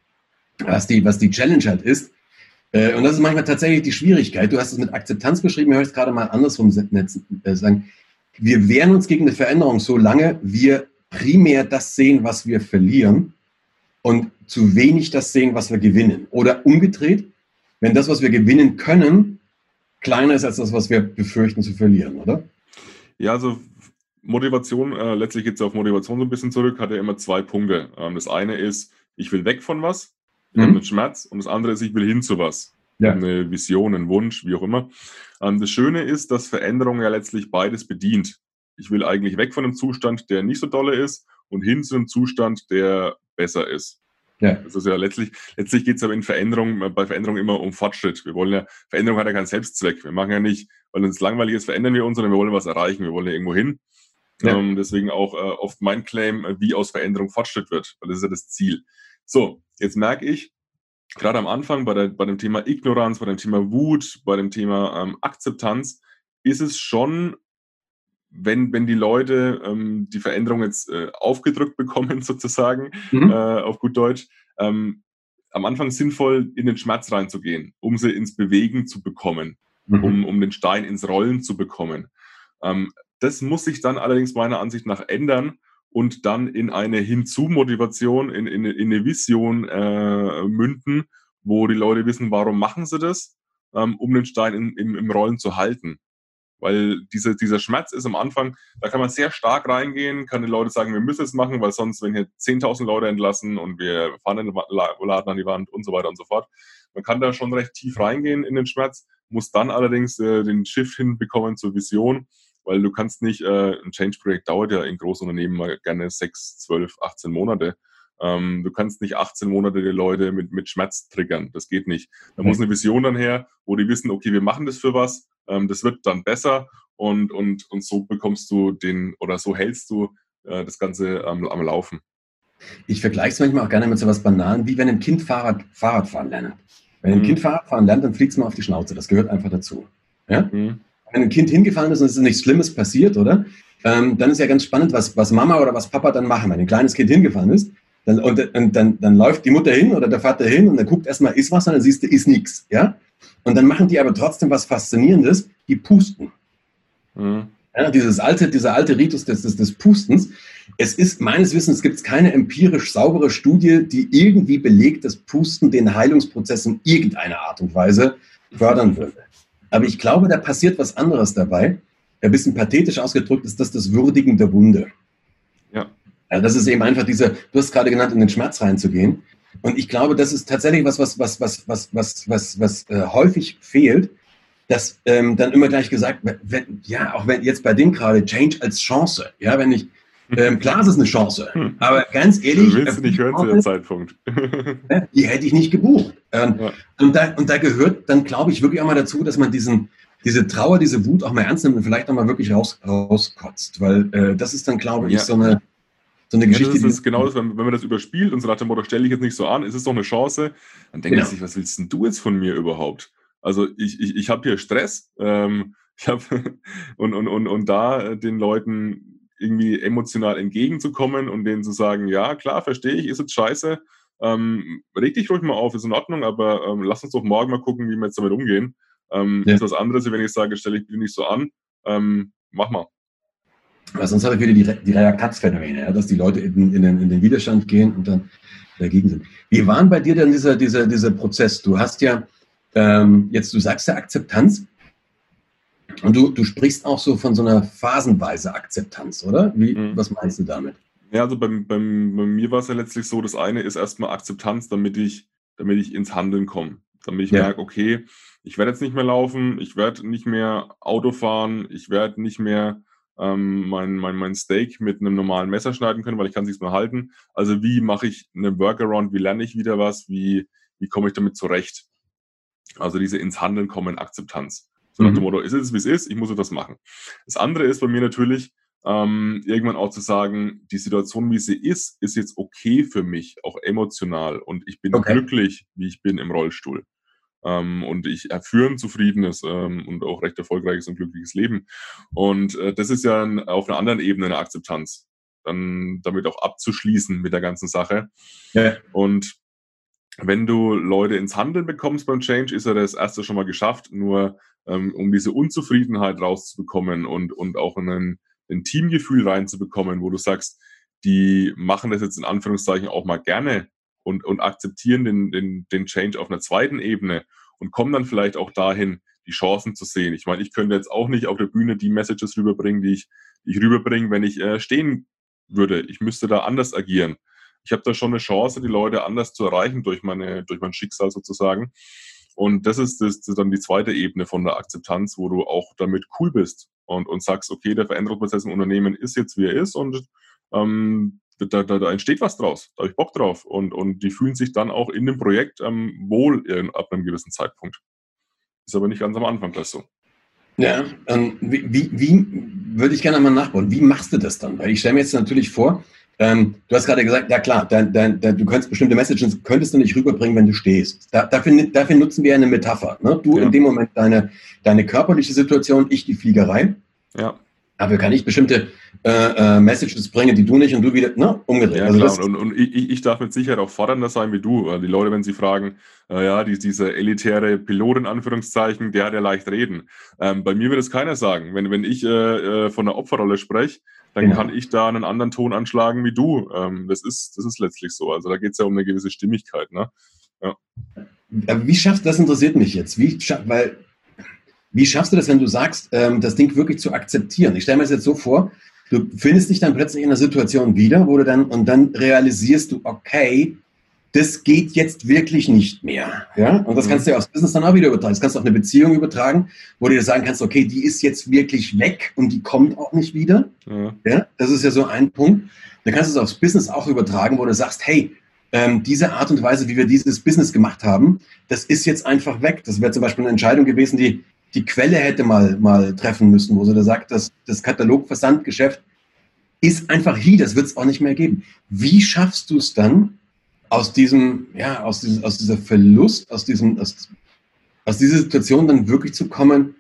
was die Challenge halt ist, und das ist manchmal tatsächlich die Schwierigkeit, du hast es mit Akzeptanz beschrieben, ich möchte es gerade mal andersrum sagen, wir wehren uns gegen eine Veränderung, solange wir primär das sehen, was wir verlieren und zu wenig das sehen, was wir gewinnen. Oder umgedreht, wenn das, was wir gewinnen können, kleiner ist als das, was wir befürchten zu verlieren, oder? Ja, also Motivation, letztlich geht es auf Motivation so ein bisschen zurück, hat ja immer 2 Punkte. Das eine ist, ich will weg von was, ich habe einen Schmerz und das andere ist, ich will hin zu was. Ja. Eine Vision, einen Wunsch, wie auch immer. Das Schöne ist, dass Veränderung ja letztlich beides bedient. Ich will eigentlich weg von einem Zustand, der nicht so dolle ist und hin zu einem Zustand, der besser ist. Ja. Das ist ja letztlich geht es aber bei Veränderung immer um Fortschritt. Veränderung hat ja keinen Selbstzweck. Wir machen ja nicht, weil uns langweilig ist, verändern wir uns, sondern wir wollen was erreichen. Wir wollen ja irgendwo hin. Ja. Deswegen auch oft mein Claim, wie aus Veränderung Fortschritt wird, weil das ist ja das Ziel. So, jetzt merke ich, gerade am Anfang bei dem Thema Ignoranz, bei dem Thema Wut, bei dem Thema Akzeptanz, ist es schon wenn die Leute die Veränderung jetzt aufgedrückt bekommen, sozusagen, auf gut Deutsch, am Anfang sinnvoll in den Schmerz reinzugehen, um sie ins Bewegen zu bekommen, um den Stein ins Rollen zu bekommen. Das muss sich dann allerdings meiner Ansicht nach ändern und dann in eine Hinzu-Motivation, in eine Vision münden, wo die Leute wissen, warum machen sie das, um den Stein im Rollen zu halten. Weil dieser Schmerz ist am Anfang, da kann man sehr stark reingehen, kann den Leuten sagen, wir müssen es machen, weil sonst, wenn hier 10.000 Leute entlassen und wir fahren den Laden an die Wand und so weiter und so fort. Man kann da schon recht tief reingehen in den Schmerz, muss dann allerdings den Shift hinbekommen zur Vision, weil du kannst nicht, ein Change-Projekt dauert ja in Großunternehmen mal gerne 6, 12, 18 Monate. Du kannst nicht 18 Monate die Leute mit Schmerz triggern. Das geht nicht. Da muss eine Vision dann her, wo die wissen, okay, wir machen das für was, das wird dann besser und so bekommst du so hältst du das Ganze am Laufen. Ich vergleiche es manchmal auch gerne mit so was Banalen, wie wenn ein Kind Fahrradfahren lernt. Wenn ein Kind Fahrradfahren lernt, dann fliegt es mal auf die Schnauze. Das gehört einfach dazu. Ja? Wenn ein Kind hingefallen ist und es ist nichts Schlimmes passiert, oder? Dann ist ja ganz spannend, was Mama oder was Papa dann machen. Wenn ein kleines Kind hingefallen ist, dann läuft die Mutter hin oder der Vater hin und dann guckt erstmal, ist was, und dann siehst du, ist nichts. Ja? Und dann machen die aber trotzdem was Faszinierendes, die pusten. Ja, dieser alte Ritus des Pustens. Es ist, meines Wissens, gibt es keine empirisch saubere Studie, die irgendwie belegt, dass Pusten den Heilungsprozess in irgendeiner Art und Weise fördern würde. Aber ich glaube, da passiert was anderes dabei. Ein bisschen pathetisch ausgedrückt ist das Würdigen der Wunde. Ja. Also das ist eben einfach du hast gerade genannt, in den Schmerz reinzugehen. Und ich glaube, das ist tatsächlich was häufig fehlt, dass dann immer gleich gesagt, auch wenn jetzt bei dem gerade Change als Chance, ja, wenn ich, klar ist es eine Chance, aber ganz ehrlich, du willst nicht hören zu dem Zeitpunkt. Die hätte ich nicht gebucht. Und da gehört dann, glaube ich, wirklich auch mal dazu, dass man diese Trauer, diese Wut auch mal ernst nimmt und vielleicht auch mal wirklich rauskotzt, weil das ist dann, glaube ich, so eine Geschichte. Das ist genau das, wenn man das überspielt und so nach dem Motto, stelle ich jetzt nicht so an, ist es doch eine Chance, dann denkt man sich, was willst denn du jetzt von mir überhaupt? Also ich habe hier Stress, und da den Leuten irgendwie emotional entgegenzukommen und denen zu sagen, ja klar, verstehe ich, ist jetzt scheiße, reg dich ruhig mal auf, ist in Ordnung, aber lass uns doch morgen mal gucken, wie wir jetzt damit umgehen. Ist was anderes, wenn ich sage, stelle ich bitte nicht so an, mach mal. Weil sonst habe ich wieder die Reaktanzphänomene, ja, dass die Leute in den Widerstand gehen und dann dagegen sind. Wie war bei dir denn dieser Prozess? Du hast ja du sagst ja Akzeptanz und du sprichst auch so von so einer phasenweise Akzeptanz, oder? Was meinst du damit? Ja, also bei mir war es ja letztlich so, das eine ist erstmal Akzeptanz, damit ich ins Handeln komme. Damit ich merke, okay, ich werde jetzt nicht mehr laufen, ich werde nicht mehr Auto fahren, ich werde nicht mehr mein Steak mit einem normalen Messer schneiden können, weil ich kann es nicht mehr halten. Also wie mache ich eine Workaround, wie lerne ich wieder was, wie komme ich damit zurecht? Also diese ins Handeln kommen Akzeptanz. So nach dem Motto, ist es, wie es ist, ich muss etwas machen. Das andere ist bei mir natürlich, irgendwann auch zu sagen, die Situation, wie sie ist jetzt okay für mich, auch emotional. Und ich bin glücklich, wie ich bin im Rollstuhl. Und ich führe ein zufriedenes und auch recht erfolgreiches und glückliches Leben. Und das ist ja auf einer anderen Ebene eine Akzeptanz. Dann damit auch abzuschließen mit der ganzen Sache. Ja. Und wenn du Leute ins Handeln bekommst beim Change, ist ja das erste schon mal geschafft. Nur um diese Unzufriedenheit rauszubekommen und auch ein Teamgefühl reinzubekommen, wo du sagst, die machen das jetzt in Anführungszeichen auch mal gerne und akzeptieren den Change auf einer zweiten Ebene und kommen dann vielleicht auch dahin, die Chancen zu sehen. Ich meine, ich könnte jetzt auch nicht auf der Bühne die Messages rüberbringen, die ich rüberbringe, wenn ich stehen würde. Ich müsste da anders agieren. Ich habe da schon eine Chance, die Leute anders zu erreichen durch mein Schicksal sozusagen. Und das ist dann die zweite Ebene von der Akzeptanz, wo du auch damit cool bist und sagst, okay, der Veränderungsprozess im Unternehmen ist jetzt, wie er ist und da entsteht was draus. Da habe ich Bock drauf. Und die fühlen sich dann auch in dem Projekt wohl ab einem gewissen Zeitpunkt. Ist aber nicht ganz am Anfang gleich so. Ja, wie würde ich gerne mal nachbauen. Wie machst du das dann? Weil ich stelle mir jetzt natürlich vor, du hast gerade gesagt, ja klar, du könntest bestimmte Messages, könntest du nicht rüberbringen, wenn du stehst. Dafür nutzen wir eine Metapher. Ne? Du in dem Moment deine körperliche Situation, ich die Fliegerei. Ja. Dafür kann ich bestimmte Messages bringen, die du nicht und du wieder, ne, umgedreht. Ja, Also klar. das, Und ich darf mit Sicherheit auch fordernder sein wie du. Weil die Leute, wenn sie fragen, ja, dieser elitäre Pilot in Anführungszeichen, der hat ja leicht reden. Bei mir wird es keiner sagen. Wenn ich von der Opferrolle spreche, dann kann genau. ich da einen anderen Ton anschlagen wie du. Das ist letztlich so. Also da geht es ja um eine gewisse Stimmigkeit. Ne? Ja. Aber wie schaffst das interessiert mich jetzt. Wie schaffst du das, wenn du sagst, das Ding wirklich zu akzeptieren? Ich stelle mir das jetzt so vor, du findest dich dann plötzlich in einer Situation wieder, wo du dann, und dann realisierst du, okay, das geht jetzt wirklich nicht mehr. Ja? Und das kannst du ja aufs Business dann auch wieder übertragen. Das kannst du auf eine Beziehung übertragen, wo du dir sagen kannst, okay, die ist jetzt wirklich weg und die kommt auch nicht wieder. Ja. Ja? Das ist ja so ein Punkt. Dann kannst du es aufs Business auch übertragen, wo du sagst, hey, diese Art und Weise, wie wir dieses Business gemacht haben, das ist jetzt einfach weg. Das wäre zum Beispiel eine Entscheidung gewesen, die Quelle hätte mal treffen müssen, wo sie da sagt, dass das Katalogversandgeschäft ist einfach hier, das wird es auch nicht mehr geben. Wie schaffst du es dann, aus diesem, ja, aus dieser Verlust, aus dieser Situation dann wirklich zu kommen,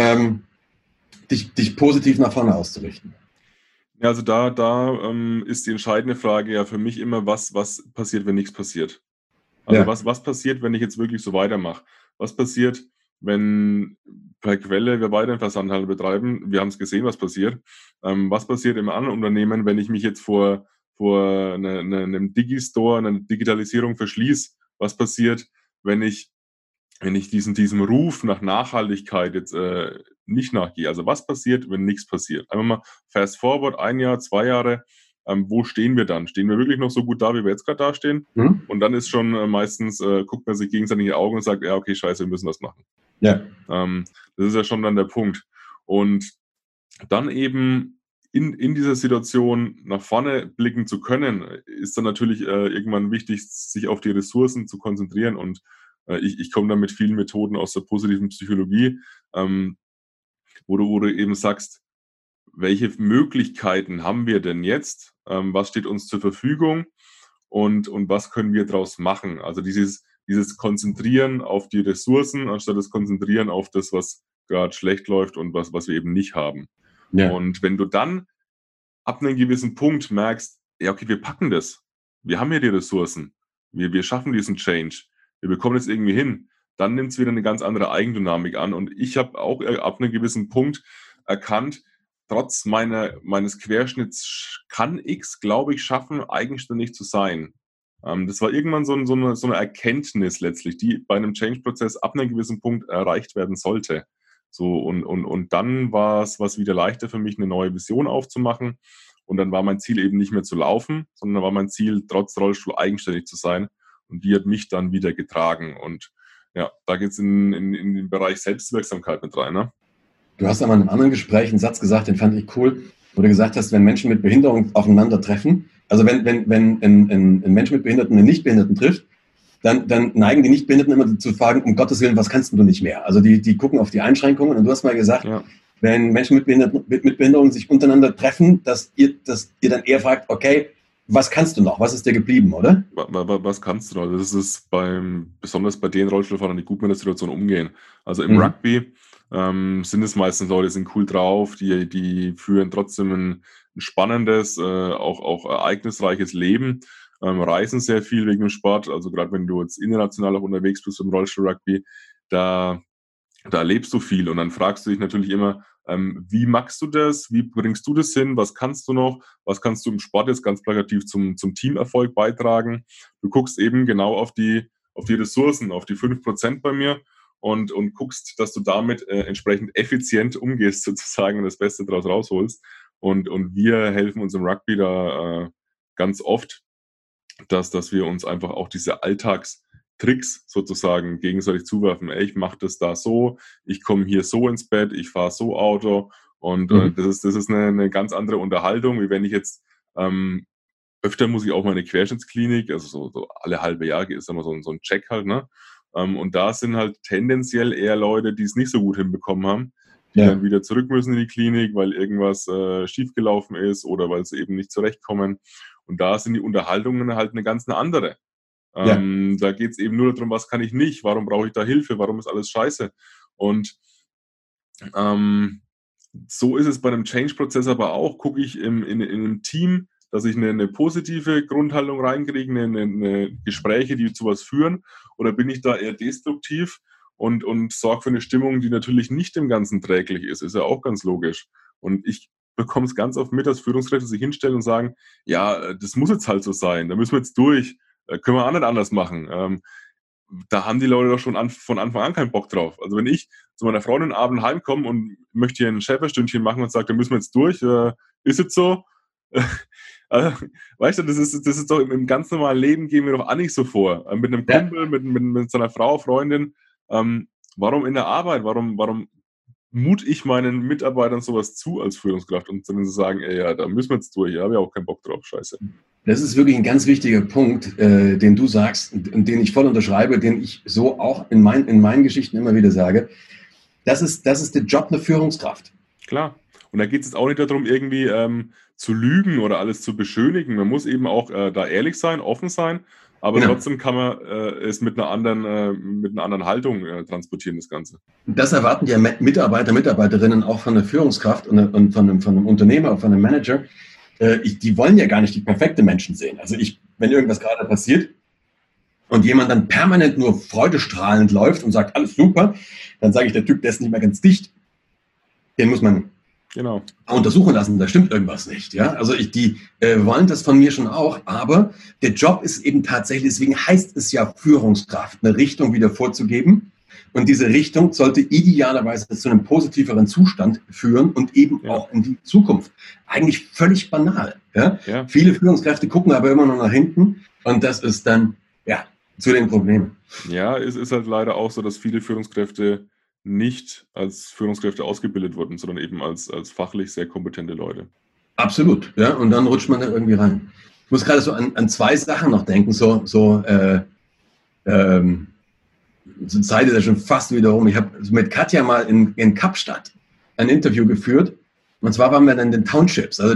dich positiv nach vorne auszurichten? Ja, also da ist die entscheidende Frage ja für mich immer, was passiert, wenn nichts passiert. Also Ja. was passiert, wenn ich jetzt wirklich so weitermache? Was passiert, wenn per Quelle wir weiter den Versandhandel betreiben? Wir haben es gesehen, was passiert. Was passiert im anderen Unternehmen, wenn ich mich jetzt vor einem Digistore, einer Digitalisierung verschließe? Was passiert, wenn ich diesem Ruf nach Nachhaltigkeit jetzt nicht nachgehe? Also was passiert, wenn nichts passiert? Einfach mal fast forward, 1 Jahr, 2 Jahre, wo stehen wir dann? Stehen wir wirklich noch so gut da, wie wir jetzt gerade dastehen? Mhm. Und dann ist schon meistens, guckt man sich gegenseitig in die Augen und sagt, ja, okay, scheiße, wir müssen das machen. Ja. Das ist ja schon dann der Punkt. Und dann eben in dieser Situation nach vorne blicken zu können, ist dann natürlich irgendwann wichtig, sich auf die Ressourcen zu konzentrieren. Und ich komme da mit vielen Methoden aus der positiven Psychologie, wo du eben sagst, welche Möglichkeiten haben wir denn jetzt? Was steht uns zur Verfügung? Und was können wir daraus machen? Also dieses Konzentrieren auf die Ressourcen, anstatt das Konzentrieren auf das, was gerade schlecht läuft und was wir eben nicht haben. Ja. Und wenn du dann ab einem gewissen Punkt merkst, ja, okay, wir packen das. Wir haben ja die Ressourcen. Wir schaffen diesen Change. Wir bekommen es irgendwie hin. Dann nimmt es wieder eine ganz andere Eigendynamik an. Und ich habe auch ab einem gewissen Punkt erkannt, trotz meines Querschnitts kann X, glaube ich, schaffen, eigenständig zu sein. Das war irgendwann so eine Erkenntnis letztlich, die bei einem Change-Prozess ab einem gewissen Punkt erreicht werden sollte. So, und dann war es was wieder leichter für mich, eine neue Vision aufzumachen. Und dann war mein Ziel eben nicht mehr zu laufen, sondern war mein Ziel, trotz Rollstuhl eigenständig zu sein. Und die hat mich dann wieder getragen. Und ja, da geht es in den Bereich Selbstwirksamkeit mit rein. Ne? Du hast aber in einem anderen Gespräch einen Satz gesagt, den fand ich cool, wo du gesagt hast, wenn Menschen mit Behinderung aufeinandertreffen, also wenn ein Mensch mit Behinderten einen Nichtbehinderten trifft, dann neigen die Nichtbehinderten immer zu fragen, um Gottes Willen, was kannst du nicht mehr? Also die gucken auf die Einschränkungen und du hast mal gesagt, Ja. wenn Menschen mit Behinderung sich untereinander treffen, dass ihr dann eher fragt, okay, was kannst du noch? Was ist dir geblieben, oder? Was kannst du noch? Das ist besonders bei den Rollstuhlfahrern, die gut mit der Situation umgehen. Also im Rugby sind es meistens Leute, die sind cool drauf, die führen trotzdem ein spannendes, auch ereignisreiches Leben, reisen sehr viel wegen dem Sport. Also gerade wenn du jetzt international auch unterwegs bist im Rollstuhl-Rugby, da erlebst du viel und dann fragst du dich natürlich immer, wie machst du das? Wie bringst du das hin? Was kannst du noch? Was kannst du im Sport jetzt ganz plakativ zum Teamerfolg beitragen? Du guckst eben genau auf die Ressourcen, auf die 5% bei mir und guckst, dass du damit entsprechend effizient umgehst sozusagen und das Beste daraus rausholst. Und wir helfen uns im Rugby da ganz oft, dass wir uns einfach auch diese Alltagstricks sozusagen gegenseitig zuwerfen. Ey, ich mache das da so, ich komme hier so ins Bett, ich fahre so Auto und das ist eine ganz andere Unterhaltung, wie wenn ich jetzt öfter muss ich auch mal in eine Querschnittsklinik, also so alle halbe Jahre ist immer so ein Check halt, ne? Und da sind halt tendenziell eher Leute, die es nicht so gut hinbekommen haben, die Ja. dann wieder zurück müssen in die Klinik, weil irgendwas schiefgelaufen ist oder weil sie eben nicht zurechtkommen. Und da sind die Unterhaltungen halt eine ganz andere. Ja. Da geht es eben nur darum, was kann ich nicht, warum brauche ich da Hilfe, warum ist alles scheiße. Und so ist es bei einem Change-Prozess aber auch. Gucke ich in einem Team, dass ich eine positive Grundhaltung reinkriege, eine Gespräche, die zu was führen, oder bin ich da eher destruktiv und sorge für eine Stimmung, die natürlich nicht dem Ganzen träglich ist ja auch ganz logisch. Und ich bekomme es ganz oft mit, dass Führungskräfte sich hinstellen und sagen, ja, das muss jetzt halt so sein, da müssen wir jetzt durch, können wir auch nicht anders machen. Da haben die Leute doch schon von Anfang an keinen Bock drauf. Also wenn ich zu meiner Freundin abends heimkomme und möchte hier ein Schäferstündchen machen und sage, da müssen wir jetzt durch, ist jetzt so. Also, weißt du, das ist doch im ganz normalen Leben, gehen wir doch auch nicht so vor. Mit einem Kumpel, mit seiner Frau, Freundin. Warum in der Arbeit? Warum mute ich meinen Mitarbeitern sowas zu als Führungskraft und dann zu sagen, ey, ja, da müssen wir jetzt durch, ja, habe ich auch keinen Bock drauf, scheiße. Das ist wirklich ein ganz wichtiger Punkt, den du sagst und den ich voll unterschreibe, den ich so auch in meinen Geschichten immer wieder sage. Das ist der Job einer Führungskraft. Klar. Und da geht es jetzt auch nicht darum, irgendwie zu lügen oder alles zu beschönigen. Man muss eben auch da ehrlich sein, offen sein, aber trotzdem kann man es mit einer anderen Haltung transportieren, das Ganze. Das erwarten ja Mitarbeiter, Mitarbeiterinnen auch von der Führungskraft und von einem Unternehmer, von einem Manager. Die wollen ja gar nicht die perfekte Menschen sehen. Also wenn irgendwas gerade passiert und jemand dann permanent nur freudestrahlend läuft und sagt, alles super, dann sage ich, der Typ, der ist nicht mehr ganz dicht. Den muss man untersuchen lassen, da stimmt irgendwas nicht. Ja? Also die wollen das von mir schon auch, aber der Job ist eben tatsächlich, deswegen heißt es ja Führungskraft, eine Richtung wieder vorzugeben. Und diese Richtung sollte idealerweise zu einem positiveren Zustand führen und eben auch in die Zukunft. Eigentlich völlig banal. Ja? Ja. Viele Führungskräfte gucken aber immer noch nach hinten und das ist dann zu den Problemen. Ja, es ist halt leider auch so, dass viele Führungskräfte nicht als Führungskräfte ausgebildet wurden, sondern eben als fachlich sehr kompetente Leute. Absolut, ja, und dann rutscht man da irgendwie rein. Ich muss gerade so an zwei Sachen noch denken, zur Zeit ist ja schon fast wieder rum. Ich habe mit Katja mal in Kapstadt ein Interview geführt, und zwar waren wir dann in den Townships, also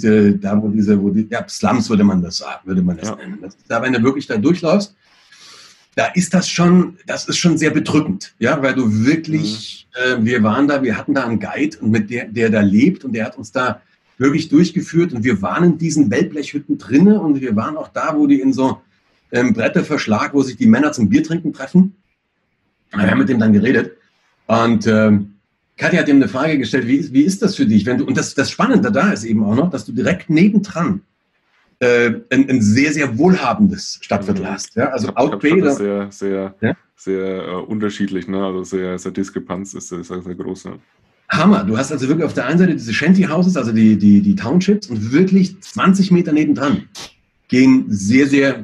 Slums würde man das nennen. Da, wenn du wirklich da durchläufst, da ist das ist schon sehr bedrückend, ja, weil du wirklich, wir hatten da einen Guide und mit der da lebt und der hat uns da wirklich durchgeführt und wir waren in diesen Wellblechhütten drinne und wir waren auch da, wo die in so Bretterverschlag, wo sich die Männer zum Biertrinken treffen. Wir haben mit dem dann geredet und Katja hat ihm eine Frage gestellt, wie ist das für dich, und das Spannende da ist eben auch noch, dass du direkt nebendran ein sehr, sehr wohlhabendes Stadtviertel hast. Ja? Also Outbay ist sehr unterschiedlich, ne? Also sehr, sehr Diskrepanz ist sehr, sehr groß. Ja. Hammer. Du hast also wirklich auf der einen Seite diese Shanty-Houses, also die Townships, und wirklich 20 Meter nebendran gehen sehr, sehr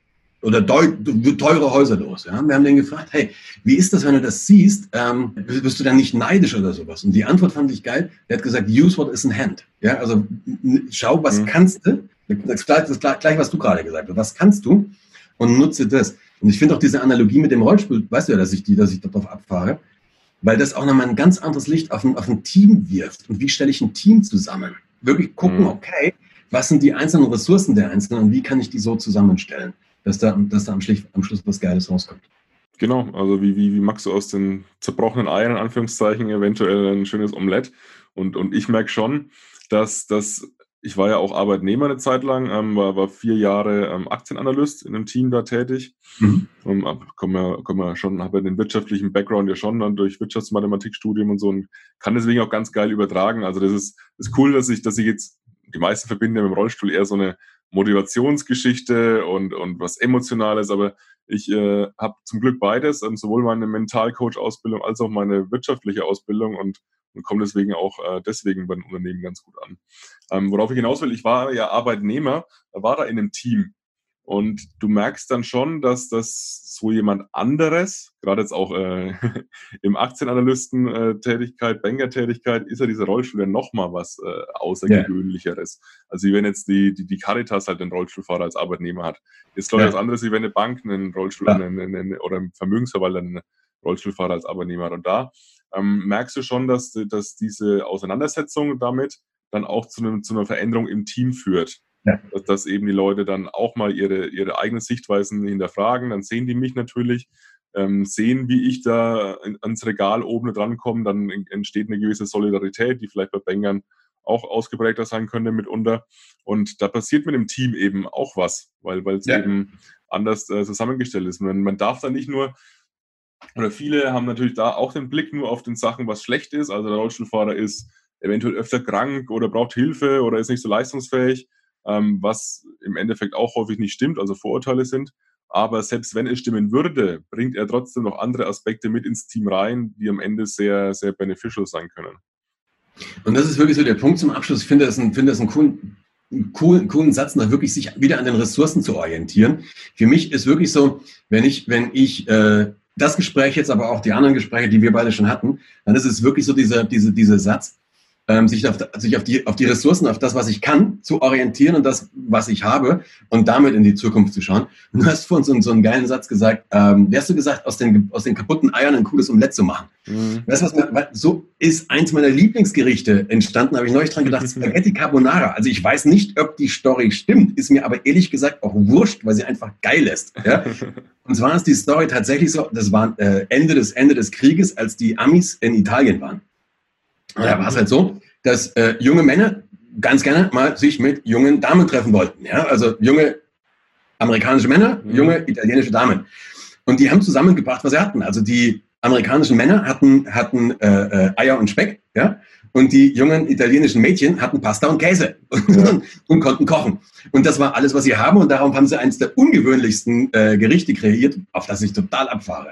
teure Häuser los. Ja? Wir haben den gefragt, hey, wie ist das, wenn du das siehst? Bist du dann nicht neidisch oder sowas? Und die Antwort fand ich geil. Der hat gesagt, use what is in hand. Ja? Also schau, was kannst du? Das ist gleich, was du gerade gesagt hast. Was kannst du? Und nutze das. Und ich finde auch diese Analogie mit dem Rollstuhl, weißt du ja, dass ich darauf abfahre, weil das auch nochmal ein ganz anderes Licht auf ein Team wirft. Und wie stelle ich ein Team zusammen? Wirklich gucken, okay, was sind die einzelnen Ressourcen der Einzelnen und wie kann ich die so zusammenstellen, dass da am Schluss was Geiles rauskommt. Genau, also wie machst du aus den zerbrochenen Eiern, in Anführungszeichen, eventuell ein schönes Omelett? Und ich merke schon, dass ich war ja auch Arbeitnehmer eine Zeit lang, war 4 Jahre Aktienanalyst in einem Team da tätig. Habe den wirtschaftlichen Background ja schon dann durch Wirtschaftsmathematikstudium und so und kann deswegen auch ganz geil übertragen. Also das ist cool, dass ich jetzt, die meisten verbinden ja mit dem Rollstuhl eher so eine Motivationsgeschichte und was Emotionales, aber ich habe zum Glück beides, sowohl meine Mentalcoach-Ausbildung als auch meine wirtschaftliche Ausbildung und komme deswegen auch bei den Unternehmen ganz gut an. Worauf ich hinaus will, ich war ja Arbeitnehmer, war da in einem Team und du merkst dann schon, dass das so jemand anderes, gerade jetzt auch im Aktienanalysten-Tätigkeit, Banker-Tätigkeit, ist ja dieser Rollstuhl ja nochmal was Außergewöhnlicheres. Also wie wenn jetzt die Caritas halt einen Rollstuhlfahrer als Arbeitnehmer hat. Ist glaube ich was anderes, wie wenn eine Bank einen Rollstuhl oder ein Vermögensverwalter einen Rollstuhlfahrer als Arbeitnehmer hat. Und da merkst du schon, dass diese Auseinandersetzung damit dann auch zu einer Veränderung im Team führt. Ja. Dass eben die Leute dann auch mal ihre eigenen Sichtweisen hinterfragen, dann sehen die mich natürlich, sehen, wie ich da ans Regal oben dran komme, dann entsteht eine gewisse Solidarität, die vielleicht bei Bängern auch ausgeprägter sein könnte mitunter. Und da passiert mit dem Team eben auch was, weil es eben anders zusammengestellt ist. Man darf da nicht nur, oder viele haben natürlich da auch den Blick nur auf den Sachen, was schlecht ist. Also der Rollstuhlfahrer ist eventuell öfter krank oder braucht Hilfe oder ist nicht so leistungsfähig, was im Endeffekt auch häufig nicht stimmt, also Vorurteile sind. Aber selbst wenn es stimmen würde, bringt er trotzdem noch andere Aspekte mit ins Team rein, die am Ende sehr, sehr beneficial sein können. Und das ist wirklich so der Punkt zum Abschluss. Ich finde das einen coolen Satz, da wirklich sich wieder an den Ressourcen zu orientieren. Für mich ist wirklich so, wenn ich das Gespräch jetzt, aber auch die anderen Gespräche, die wir beide schon hatten, dann ist es wirklich so dieser Satz, sich auf die Ressourcen, auf das, was ich kann, zu orientieren und das, was ich habe und damit in die Zukunft zu schauen. Und du hast vorhin so einen geilen Satz gesagt, wie hast du gesagt, aus den kaputten Eiern ein cooles Omelett zu machen. Weißt du, so ist eins meiner Lieblingsgerichte entstanden, habe ich neulich dran gedacht, Spaghetti Carbonara. Also ich weiß nicht, ob die Story stimmt, ist mir aber ehrlich gesagt auch wurscht, weil sie einfach geil ist. Ja? Und zwar ist die Story tatsächlich so, das war Ende des Krieges, als die Amis in Italien waren. Und da war es halt so, dass junge Männer ganz gerne mal sich mit jungen Damen treffen wollten. Ja? Also junge amerikanische Männer, junge italienische Damen. Und die haben zusammengebracht, was sie hatten. Also die amerikanischen Männer hatten Eier und Speck, ja? Und die jungen italienischen Mädchen hatten Pasta und Käse und konnten kochen. Und das war alles, was sie haben. Und darum haben sie eines der ungewöhnlichsten Gerichte kreiert, auf das ich total abfahre.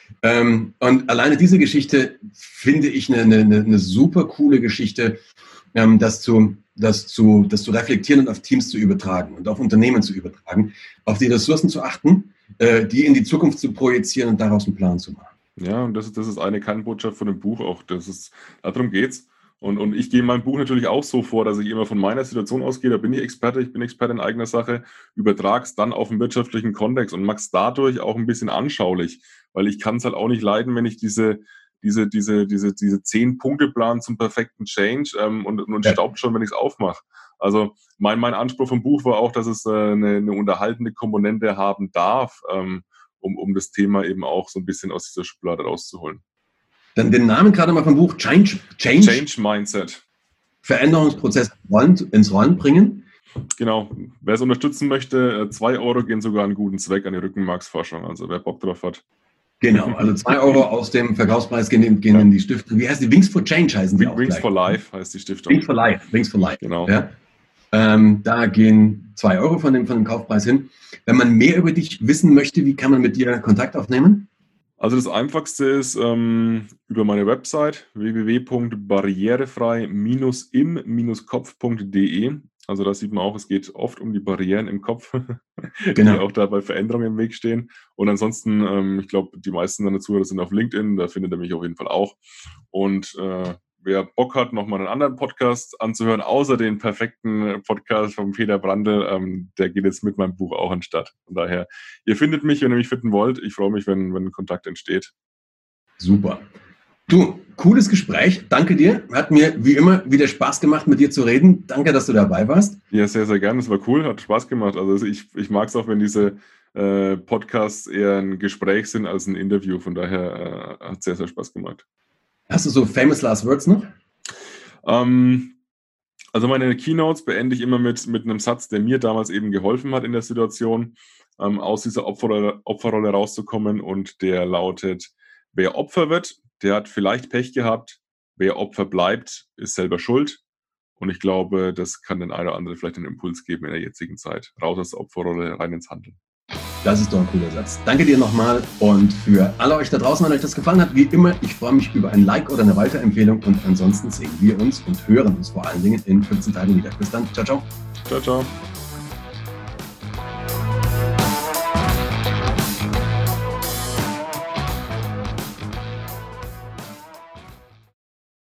Und alleine diese Geschichte finde ich eine super coole Geschichte, das zu reflektieren und auf Teams zu übertragen und auf Unternehmen zu übertragen, auf die Ressourcen zu achten, die in die Zukunft zu projizieren und daraus einen Plan zu machen. Ja, und das ist eine Kernbotschaft von dem Buch auch. Darum geht's. Und ich gehe in meinem Buch natürlich auch so vor, dass ich immer von meiner Situation ausgehe, da bin ich Experte in eigener Sache, übertrage es dann auf den wirtschaftlichen Kontext und mache es dadurch auch ein bisschen anschaulich, weil ich kann es halt auch nicht leiden, wenn ich diese 10-Punkte-Plan zum perfekten Change und staubt schon, wenn ich es aufmache. Also mein Anspruch vom Buch war auch, dass es eine unterhaltende Komponente haben darf, um das Thema eben auch so ein bisschen aus dieser Schublade rauszuholen. Dann den Namen gerade mal vom Buch, Change Mindset. Veränderungsprozess ins Rollen bringen. Genau. Wer es unterstützen möchte, 2 Euro gehen sogar an einen guten Zweck, an die Rückenmarksforschung. Also wer Bock drauf hat. Genau, also 2 Euro aus dem Verkaufspreis gehen in die Stiftung. Wie heißt die? Wings for Change heißen die auch Wings gleich. for Life heißt die Stiftung. Wings for Life. Genau. Ja. Da gehen 2 Euro von dem Kaufpreis hin. Wenn man mehr über dich wissen möchte, wie kann man mit dir Kontakt aufnehmen? Also das Einfachste ist über meine Website www.barrierefrei-im-kopf.de. Also da sieht man auch, es geht oft um die Barrieren im Kopf, die auch da bei Veränderungen im Weg stehen. Und ansonsten, ich glaube, die meisten deiner Zuhörer sind auf LinkedIn, da findet ihr mich auf jeden Fall auch. Und wer Bock hat, nochmal einen anderen Podcast anzuhören, außer den perfekten Podcast von Peter Brandl, der geht jetzt mit meinem Buch auch an den Start. Von daher, ihr findet mich, wenn ihr mich finden wollt. Ich freue mich, wenn Kontakt entsteht. Super. Du, cooles Gespräch. Danke dir. Hat mir wie immer wieder Spaß gemacht, mit dir zu reden. Danke, dass du dabei warst. Ja, sehr, sehr gerne. Das war cool, hat Spaß gemacht. Also ich mag es auch, wenn diese Podcasts eher ein Gespräch sind als ein Interview. Von daher hat es sehr, sehr Spaß gemacht. Hast du so famous last words noch? Also meine Keynotes beende ich immer mit einem Satz, der mir damals eben geholfen hat in der Situation, aus dieser Opferrolle rauszukommen, und der lautet: Wer Opfer wird, der hat vielleicht Pech gehabt. Wer Opfer bleibt, ist selber schuld. Und ich glaube, das kann den einen oder anderen vielleicht einen Impuls geben in der jetzigen Zeit. Raus aus der Opferrolle, rein ins Handeln. Das ist doch ein cooler Satz. Danke dir nochmal, und für alle euch da draußen, wenn euch das gefallen hat, wie immer, ich freue mich über ein Like oder eine Weiterempfehlung, und ansonsten sehen wir uns und hören uns vor allen Dingen in 14 Tagen wieder. Bis dann. Ciao, ciao. Ciao, ciao.